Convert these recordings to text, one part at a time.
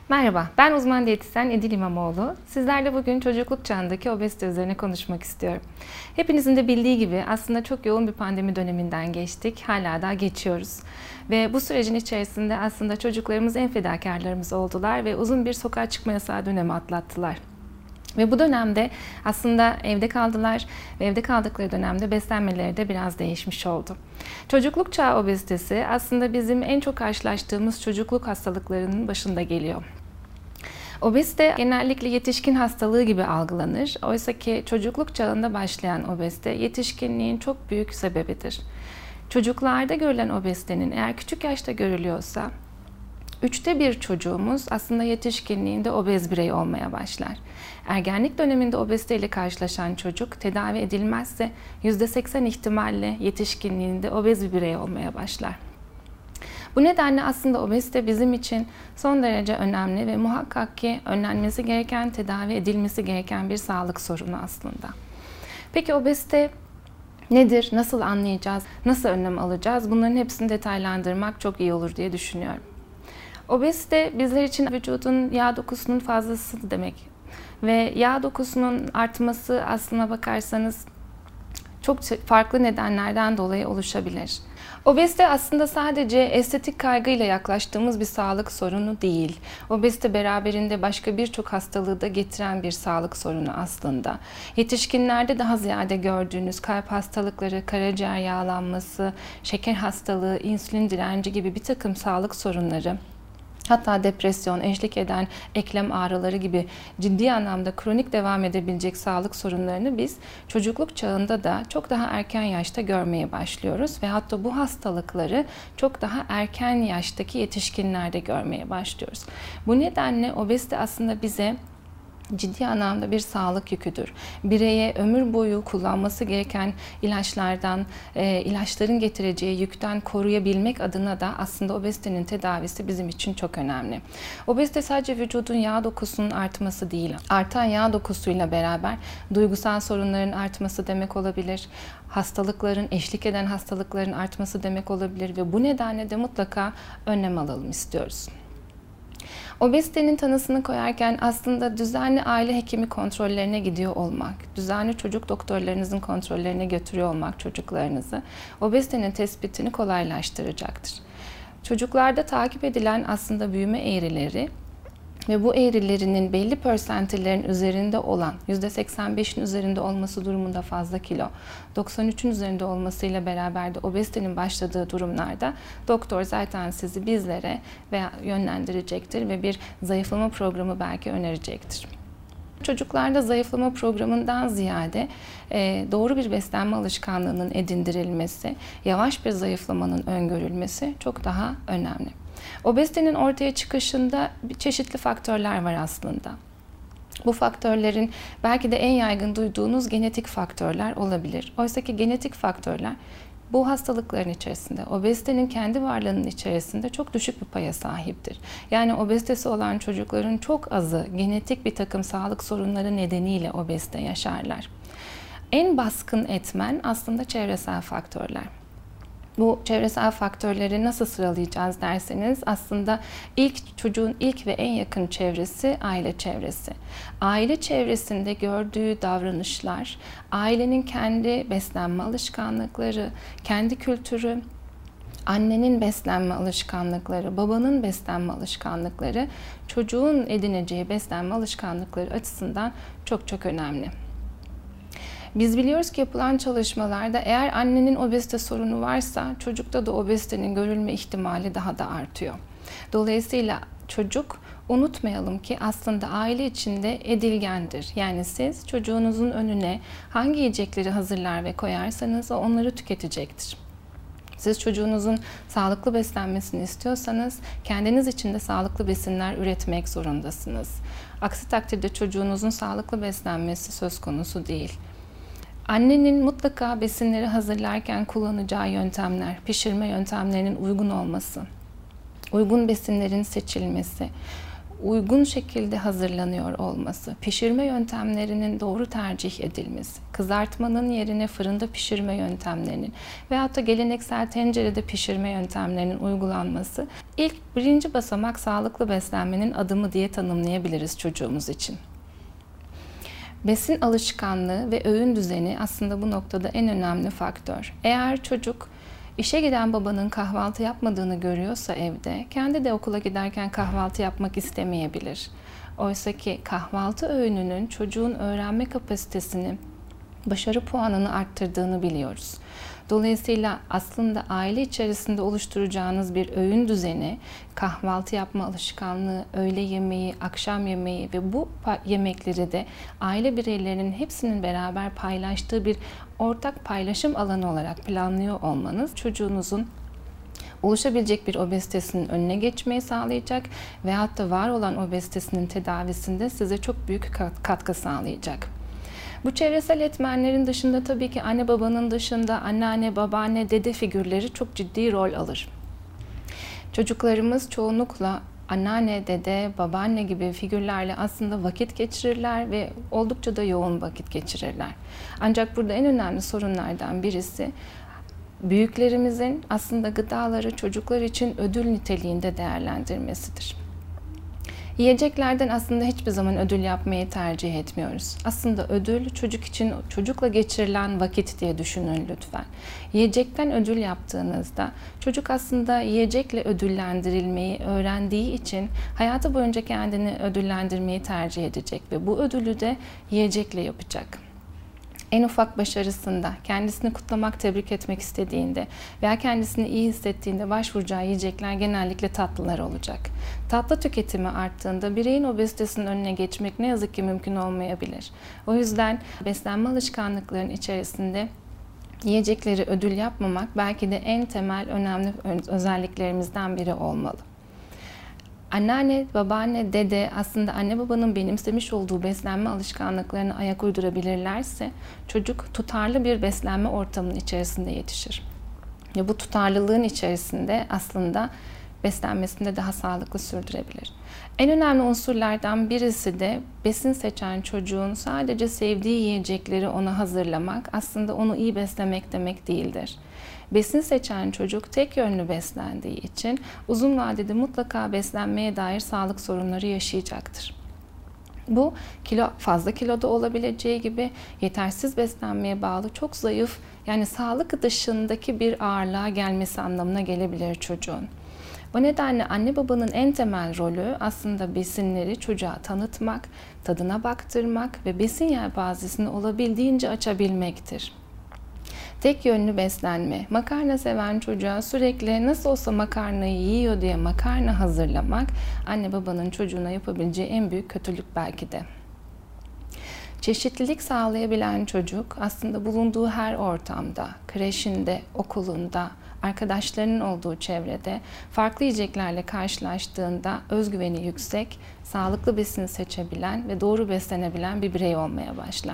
Merhaba, ben uzman diyetisyen Edil İmamoğlu. Sizlerle bugün çocukluk çağındaki obezite üzerine konuşmak istiyorum. Hepinizin de bildiği gibi aslında çok yoğun bir pandemi döneminden geçtik. Hala daha geçiyoruz. Ve bu sürecin içerisinde aslında çocuklarımız en fedakarlarımız oldular ve uzun bir sokağa çıkma yasağı dönemi atlattılar. Ve bu dönemde aslında evde kaldılar ve evde kaldıkları dönemde beslenmeleri de biraz değişmiş oldu. Çocukluk çağı obezitesi aslında bizim en çok karşılaştığımız çocukluk hastalıklarının başında geliyor. Obezite genellikle yetişkin hastalığı gibi algılanır. Oysa ki çocukluk çağında başlayan obezite yetişkinliğin çok büyük sebebidir. Çocuklarda görülen obezitenin eğer küçük yaşta görülüyorsa 1/3 çocuğumuz aslında yetişkinliğinde obez birey olmaya başlar. Ergenlik döneminde obeziteyle karşılaşan çocuk tedavi edilmezse %80 ihtimalle yetişkinliğinde obez bir birey olmaya başlar. Bu nedenle aslında obezite bizim için son derece önemli ve muhakkak ki önlenmesi gereken, tedavi edilmesi gereken bir sağlık sorunu aslında. Peki obezite nedir? Nasıl anlayacağız? Nasıl önlem alacağız? Bunların hepsini detaylandırmak çok iyi olur diye düşünüyorum. Obezite bizler için vücudun yağ dokusunun fazlası demek. Ve yağ dokusunun artması aslına bakarsanız çok farklı nedenlerden dolayı oluşabilir. Obezite aslında sadece estetik kaygıyla yaklaştığımız bir sağlık sorunu değil. Obezite beraberinde başka birçok hastalığı da getiren bir sağlık sorunu aslında. Yetişkinlerde daha ziyade gördüğünüz kalp hastalıkları, karaciğer yağlanması, şeker hastalığı, insülin direnci gibi bir takım sağlık sorunları, hatta depresyon, eşlik eden eklem ağrıları gibi ciddi anlamda kronik devam edebilecek sağlık sorunlarını biz çocukluk çağında da çok daha erken yaşta görmeye başlıyoruz ve hatta bu hastalıkları çok daha erken yaştaki yetişkinlerde görmeye başlıyoruz. Bu nedenle obezite aslında bize ciddi anlamda bir sağlık yüküdür. Bireye ömür boyu kullanması gereken ilaçlardan, ilaçların getireceği yükten koruyabilmek adına da aslında obezitenin tedavisi bizim için çok önemli. Obezite sadece vücudun yağ dokusunun artması değil, artan yağ dokusuyla beraber duygusal sorunların artması demek olabilir, hastalıkların, eşlik eden hastalıkların artması demek olabilir ve bu nedenle de mutlaka önlem alalım istiyoruz. Obezitenin tanısını koyarken aslında düzenli aile hekimi kontrollerine gidiyor olmak, düzenli çocuk doktorlarınızın kontrollerine götürüyor olmak çocuklarınızı obezitenin tespitini kolaylaştıracaktır. Çocuklarda takip edilen aslında büyüme eğrileri ve bu eğrilerinin belli persentillerin üzerinde olan, %85'in üzerinde olması durumunda fazla kilo, 93'ün üzerinde olmasıyla beraber de obezitenin başladığı durumlarda doktor zaten sizi bizlere veya yönlendirecektir ve bir zayıflama programı belki önerecektir. Çocuklarda zayıflama programından ziyade doğru bir beslenme alışkanlığının edindirilmesi, yavaş bir zayıflamanın öngörülmesi çok daha önemli. Obezitenin ortaya çıkışında çeşitli faktörler var aslında. Bu faktörlerin belki de en yaygın duyduğunuz genetik faktörler olabilir. Oysa ki genetik faktörler bu hastalıkların içerisinde, obezitenin kendi varlığının içerisinde çok düşük bir paya sahiptir. Yani obezitesi olan çocukların çok azı genetik bir takım sağlık sorunları nedeniyle obezite yaşarlar. En baskın etmen aslında çevresel faktörler. Bu çevresel faktörleri nasıl sıralayacağız derseniz aslında çocuğun ilk ve en yakın çevresi aile çevresi. Aile çevresinde gördüğü davranışlar, ailenin kendi beslenme alışkanlıkları, kendi kültürü, annenin beslenme alışkanlıkları, babanın beslenme alışkanlıkları, çocuğun edineceği beslenme alışkanlıkları açısından çok çok önemli. Biz biliyoruz ki yapılan çalışmalarda eğer annenin obezite sorunu varsa çocukta da obezitenin görülme ihtimali daha da artıyor. Dolayısıyla çocuk unutmayalım ki aslında aile içinde edilgendir. Yani siz çocuğunuzun önüne hangi yiyecekleri hazırlar ve koyarsanız o onları tüketecektir. Siz çocuğunuzun sağlıklı beslenmesini istiyorsanız kendiniz için de sağlıklı besinler üretmek zorundasınız. Aksi takdirde çocuğunuzun sağlıklı beslenmesi söz konusu değil. Annenin mutlaka besinleri hazırlarken kullanacağı yöntemler, pişirme yöntemlerinin uygun olması, uygun besinlerin seçilmesi, uygun şekilde hazırlanıyor olması, pişirme yöntemlerinin doğru tercih edilmesi, kızartmanın yerine fırında pişirme yöntemlerinin veyahut da geleneksel tencerede pişirme yöntemlerinin uygulanması birinci basamak sağlıklı beslenmenin adımı diye tanımlayabiliriz çocuğumuz için. Besin alışkanlığı ve öğün düzeni aslında bu noktada en önemli faktör. Eğer çocuk İşe giden babanın kahvaltı yapmadığını görüyorsa evde, kendi de okula giderken kahvaltı yapmak istemeyebilir. Oysa ki kahvaltı öğününün çocuğun öğrenme kapasitesini, başarı puanını arttırdığını biliyoruz. Dolayısıyla aslında aile içerisinde oluşturacağınız bir öğün düzeni, kahvaltı yapma alışkanlığı, öğle yemeği, akşam yemeği ve bu yemekleri de aile bireylerinin hepsinin beraber paylaştığı bir ortak paylaşım alanı olarak planlıyor olmanız çocuğunuzun oluşabilecek bir obezitesinin önüne geçmeyi sağlayacak veyahut da var olan obezitesinin tedavisinde size çok büyük katkı sağlayacak. Bu çevresel etmenlerin dışında tabii ki anne babanın dışında anneanne, babaanne, dede figürleri çok ciddi rol alır. Çocuklarımız çoğunlukla anneanne, dede, babaanne gibi figürlerle aslında vakit geçirirler ve oldukça da yoğun vakit geçirirler. Ancak burada en önemli sorunlardan birisi büyüklerimizin aslında gıdaları çocuklar için ödül niteliğinde değerlendirmesidir. Yiyeceklerden aslında hiçbir zaman ödül yapmayı tercih etmiyoruz. Aslında ödül çocuk için çocukla geçirilen vakit diye düşünün lütfen. Yiyecekten ödül yaptığınızda çocuk aslında yiyecekle ödüllendirilmeyi öğrendiği için hayatı boyunca kendini ödüllendirmeyi tercih edecek ve bu ödülü de yiyecekle yapacak. En ufak başarısında, kendisini kutlamak, tebrik etmek istediğinde veya kendisini iyi hissettiğinde başvuracağı yiyecekler genellikle tatlılar olacak. Tatlı tüketimi arttığında bireyin obezitesinin önüne geçmek ne yazık ki mümkün olmayabilir. O yüzden beslenme alışkanlıklarının içerisinde yiyecekleri ödül yapmamak belki de en temel önemli özelliklerimizden biri olmalı. Anneanne, babaanne, dede aslında anne babanın benimsemiş olduğu beslenme alışkanlıklarına ayak uydurabilirlerse çocuk tutarlı bir beslenme ortamının içerisinde yetişir. Ve bu tutarlılığın içerisinde aslında beslenmesini de daha sağlıklı sürdürebilir. En önemli unsurlardan birisi de besin seçen çocuğun sadece sevdiği yiyecekleri ona hazırlamak aslında onu iyi beslemek demek değildir. Besin seçen çocuk tek yönlü beslendiği için uzun vadede mutlaka beslenmeye dair sağlık sorunları yaşayacaktır. Bu fazla kiloda olabileceği gibi yetersiz beslenmeye bağlı çok zayıf yani sağlık dışındaki bir ağırlığa gelmesi anlamına gelebilir çocuğun. O nedenle anne babanın en temel rolü aslında besinleri çocuğa tanıtmak, tadına baktırmak ve besin yelpazesini olabildiğince açabilmektir. Tek yönlü beslenme, makarna seven çocuğa sürekli nasıl olsa makarnayı yiyor diye makarna hazırlamak, anne babanın çocuğuna yapabileceği en büyük kötülük belki de. Çeşitlilik sağlayabilen çocuk aslında bulunduğu her ortamda, kreşinde, okulunda, arkadaşlarının olduğu çevrede farklı yiyeceklerle karşılaştığında özgüveni yüksek, sağlıklı besin seçebilen ve doğru beslenebilen bir birey olmaya başlar.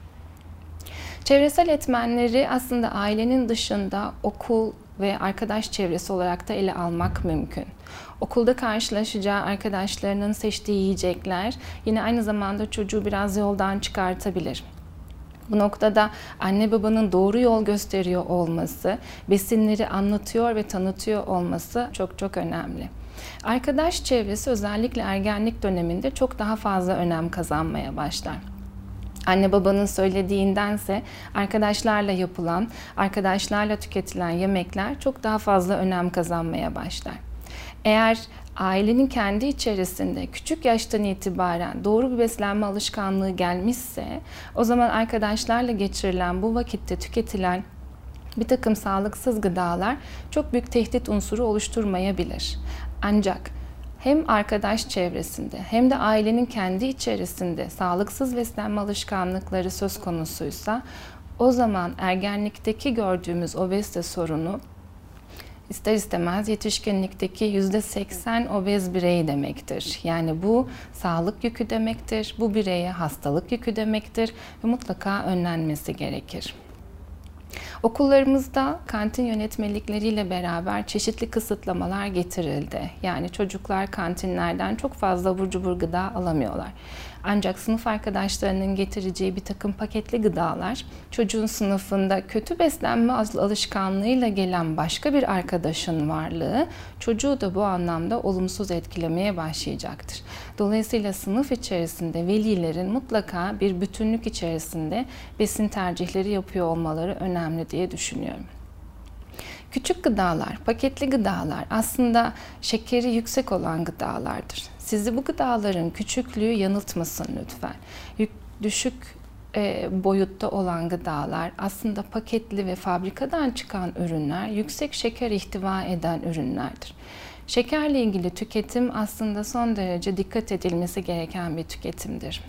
Çevresel etmenleri aslında ailenin dışında okul ve arkadaş çevresi olarak da ele almak mümkün. Okulda karşılaşacağı arkadaşlarının seçtiği yiyecekler yine aynı zamanda çocuğu biraz yoldan çıkartabilir. Bu noktada anne babanın doğru yol gösteriyor olması, besinleri anlatıyor ve tanıtıyor olması çok çok önemli. Arkadaş çevresi özellikle ergenlik döneminde çok daha fazla önem kazanmaya başlar. Anne babanın söylediğindense arkadaşlarla yapılan, arkadaşlarla tüketilen yemekler çok daha fazla önem kazanmaya başlar. Eğer ailenin kendi içerisinde küçük yaştan itibaren doğru bir beslenme alışkanlığı gelmişse, o zaman arkadaşlarla geçirilen bu vakitte tüketilen bir takım sağlıksız gıdalar çok büyük tehdit unsuru oluşturmayabilir. Ancak hem arkadaş çevresinde hem de ailenin kendi içerisinde sağlıksız beslenme alışkanlıkları söz konusuysa o zaman ergenlikteki gördüğümüz obezite sorunu ister istemez yetişkinlikteki %80 obez birey demektir. Yani bu sağlık yükü demektir, bu bireye hastalık yükü demektir ve mutlaka önlenmesi gerekir. Okullarımızda kantin yönetmelikleriyle beraber çeşitli kısıtlamalar getirildi. Yani çocuklar kantinlerden çok fazla abur cubur gıda alamıyorlar. Ancak sınıf arkadaşlarının getireceği bir takım paketli gıdalar, çocuğun sınıfında kötü beslenme alışkanlığıyla gelen başka bir arkadaşın varlığı, çocuğu da bu anlamda olumsuz etkilemeye başlayacaktır. Dolayısıyla sınıf içerisinde velilerin mutlaka bir bütünlük içerisinde besin tercihleri yapıyor olmaları önemli diye düşünüyorum. Küçük gıdalar, paketli gıdalar aslında şekeri yüksek olan gıdalardır. Sizi bu gıdaların küçüklüğü yanıltmasın lütfen. Düşük boyutta olan gıdalar aslında paketli ve fabrikadan çıkan ürünler, yüksek şeker ihtiva eden ürünlerdir. Şekerle ilgili tüketim aslında son derece dikkat edilmesi gereken bir tüketimdir.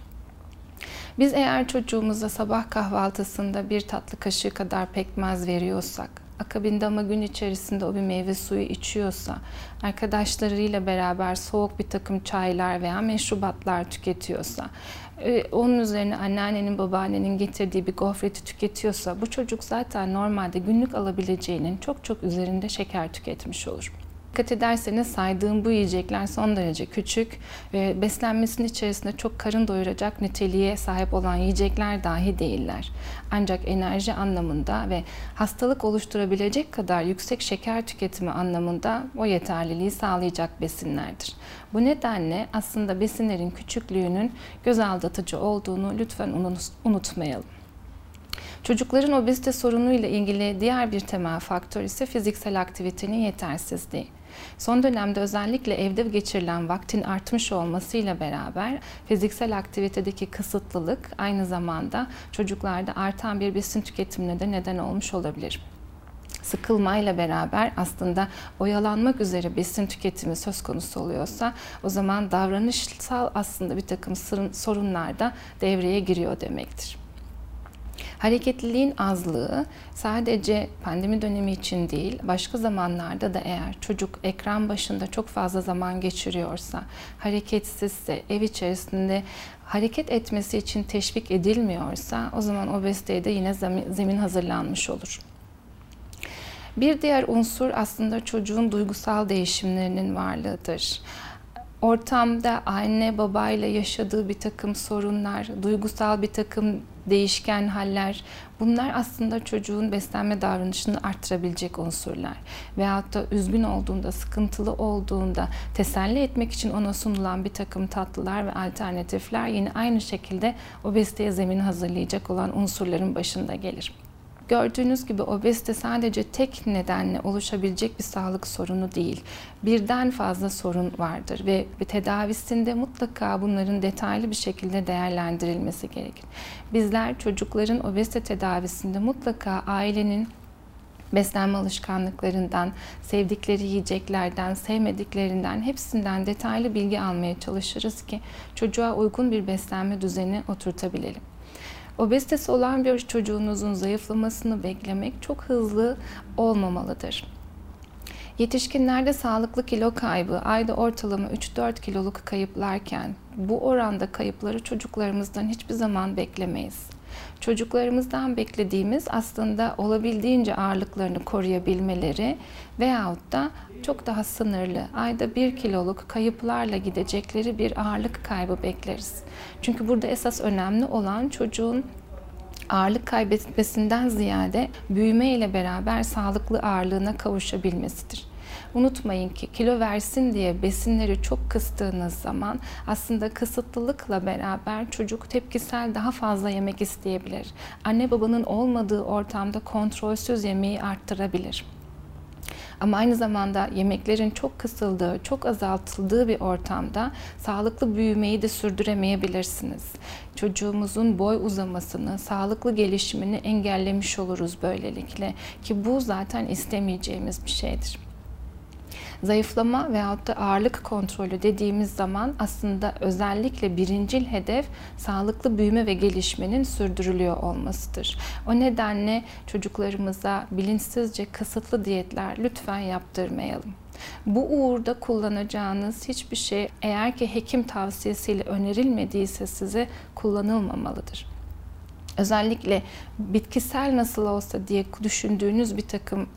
Biz eğer çocuğumuza sabah kahvaltısında bir tatlı kaşığı kadar pekmez veriyorsak, akabinde ama gün içerisinde o bir meyve suyu içiyorsa, arkadaşlarıyla beraber soğuk bir takım çaylar veya meşrubatlar tüketiyorsa, onun üzerine anneannenin, babaannenin getirdiği bir gofreti tüketiyorsa, bu çocuk zaten normalde günlük alabileceğinin çok çok üzerinde şeker tüketmiş olur. Dikkat ederseniz saydığım bu yiyecekler son derece küçük ve beslenmesinin içerisinde çok karın doyuracak niteliğe sahip olan yiyecekler dahi değiller. Ancak enerji anlamında ve hastalık oluşturabilecek kadar yüksek şeker tüketimi anlamında o yeterliliği sağlayacak besinlerdir. Bu nedenle aslında besinlerin küçüklüğünün göz aldatıcı olduğunu lütfen unutmayalım. Çocukların obezite sorunuyla ilgili diğer bir temel faktör ise fiziksel aktivitenin yetersizliği. Son dönemde özellikle evde geçirilen vaktin artmış olmasıyla beraber fiziksel aktivitedeki kısıtlılık aynı zamanda çocuklarda artan bir besin tüketimine de neden olmuş olabilir. Sıkılmayla beraber aslında oyalanmak üzere besin tüketimi söz konusu oluyorsa o zaman davranışsal aslında bir takım sorunlar da devreye giriyor demektir. Hareketliliğin azlığı sadece pandemi dönemi için değil, başka zamanlarda da eğer çocuk ekran başında çok fazla zaman geçiriyorsa, hareketsizse, ev içerisinde hareket etmesi için teşvik edilmiyorsa o zaman obeziteye de yine zemin hazırlanmış olur. Bir diğer unsur aslında çocuğun duygusal değişimlerinin varlığıdır. Ortamda anne babayla yaşadığı bir takım sorunlar, duygusal bir takım değişken haller, bunlar aslında çocuğun beslenme davranışını arttırabilecek unsurlar. Veyahut da üzgün olduğunda, sıkıntılı olduğunda teselli etmek için ona sunulan bir takım tatlılar ve alternatifler yine aynı şekilde obeziteye zemin hazırlayacak olan unsurların başında gelir. Gördüğünüz gibi obezite sadece tek nedenle oluşabilecek bir sağlık sorunu değil. Birden fazla sorun vardır ve tedavisinde mutlaka bunların detaylı bir şekilde değerlendirilmesi gerekir. Bizler çocukların obezite tedavisinde mutlaka ailenin beslenme alışkanlıklarından, sevdikleri yiyeceklerden, sevmediklerinden hepsinden detaylı bilgi almaya çalışırız ki çocuğa uygun bir beslenme düzeni oturtabilelim. Obezitesi olan bir çocuğunuzun zayıflamasını beklemek çok hızlı olmamalıdır. Yetişkinlerde sağlıklı kilo kaybı ayda ortalama 3-4 kiloluk kayıplarken bu oranda kayıpları çocuklarımızdan hiçbir zaman beklemeyiz. Çocuklarımızdan beklediğimiz aslında olabildiğince ağırlıklarını koruyabilmeleri veyahut da çok daha sınırlı, ayda 1 kiloluk kayıplarla gidecekleri bir ağırlık kaybı bekleriz. Çünkü burada esas önemli olan çocuğun ağırlık kaybetmesinden ziyade büyüme ile beraber sağlıklı ağırlığına kavuşabilmesidir. Unutmayın ki kilo versin diye besinleri çok kıstığınız zaman aslında kısıtlılıkla beraber çocuk tepkisel daha fazla yemek isteyebilir. Anne babanın olmadığı ortamda kontrolsüz yemeği arttırabilir. Ama aynı zamanda yemeklerin çok kısıldığı, çok azaltıldığı bir ortamda sağlıklı büyümeyi de sürdüremeyebilirsiniz. Çocuğumuzun boy uzamasını, sağlıklı gelişimini engellemiş oluruz böylelikle ki bu zaten istemeyeceğimiz bir şeydir. Zayıflama veyahut da ağırlık kontrolü dediğimiz zaman aslında özellikle birincil hedef sağlıklı büyüme ve gelişmenin sürdürülüyor olmasıdır. O nedenle çocuklarımıza bilinçsizce kısıtlı diyetler lütfen yaptırmayalım. Bu uğurda kullanacağınız hiçbir şey eğer ki hekim tavsiyesiyle önerilmediyse size kullanılmamalıdır. özellikle bitkisel nasıl olsa diye düşündüğünüz bir takım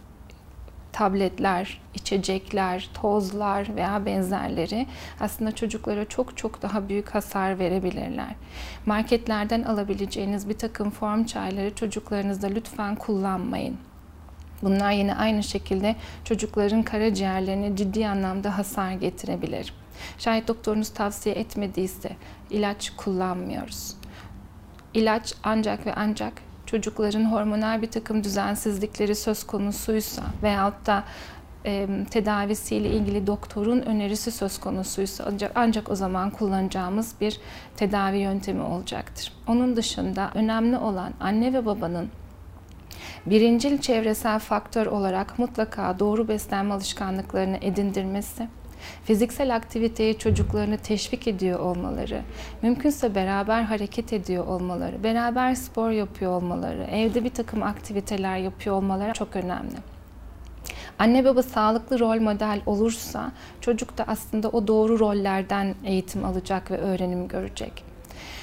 tabletler, içecekler, tozlar veya benzerleri aslında çocuklara çok çok daha büyük hasar verebilirler. Marketlerden alabileceğiniz bir takım form çayları çocuklarınızda lütfen kullanmayın. Bunlar yine aynı şekilde çocukların karaciğerlerine ciddi anlamda hasar getirebilir. Şayet doktorunuz tavsiye etmediyse ilaç kullanmıyoruz. İlaç ancak ve ancak çocukların hormonal bir takım düzensizlikleri söz konusuysa veyahut da tedavisiyle ilgili doktorun önerisi söz konusuysa ancak o zaman kullanacağımız bir tedavi yöntemi olacaktır. Onun dışında önemli olan anne ve babanın birincil çevresel faktör olarak mutlaka doğru beslenme alışkanlıklarını edindirmesi, fiziksel aktiviteye çocuklarını teşvik ediyor olmaları, mümkünse beraber hareket ediyor olmaları, beraber spor yapıyor olmaları, evde bir takım aktiviteler yapıyor olmaları çok önemli. Anne baba sağlıklı rol model olursa çocuk da aslında o doğru rollerden eğitim alacak ve öğrenim görecek.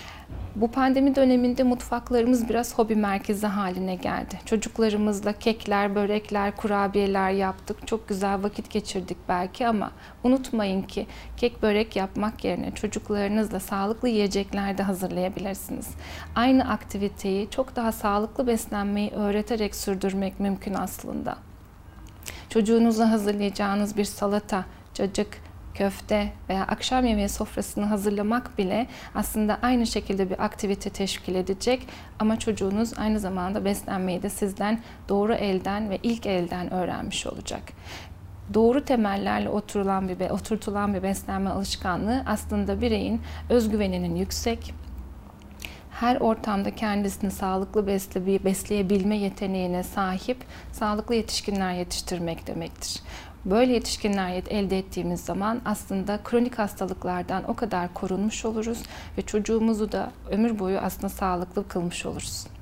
Bu pandemi döneminde mutfaklarımız biraz hobi merkezi haline geldi. Çocuklarımızla kekler, börekler, kurabiyeler yaptık. Çok güzel vakit geçirdik belki ama unutmayın ki kek, börek yapmak yerine çocuklarınızla sağlıklı yiyecekler de hazırlayabilirsiniz. Aynı aktiviteyi çok daha sağlıklı beslenmeyi öğreterek sürdürmek mümkün aslında. Çocuğunuzla hazırlayacağınız bir salata, cacık, köfte veya akşam yemeği sofrasını hazırlamak bile aslında aynı şekilde bir aktivite teşkil edecek ama çocuğunuz aynı zamanda beslenmeyi de sizden doğru elden ve ilk elden öğrenmiş olacak. Doğru temellerle oturtulan bir beslenme alışkanlığı aslında bireyin özgüveninin yüksek, her ortamda kendisini sağlıklı besleyebilme yeteneğine sahip sağlıklı yetişkinler yetiştirmek demektir. Böyle yetişkinler elde ettiğimiz zaman aslında kronik hastalıklardan o kadar korunmuş oluruz ve çocuğumuzu da ömür boyu aslında sağlıklı kılmış oluruz.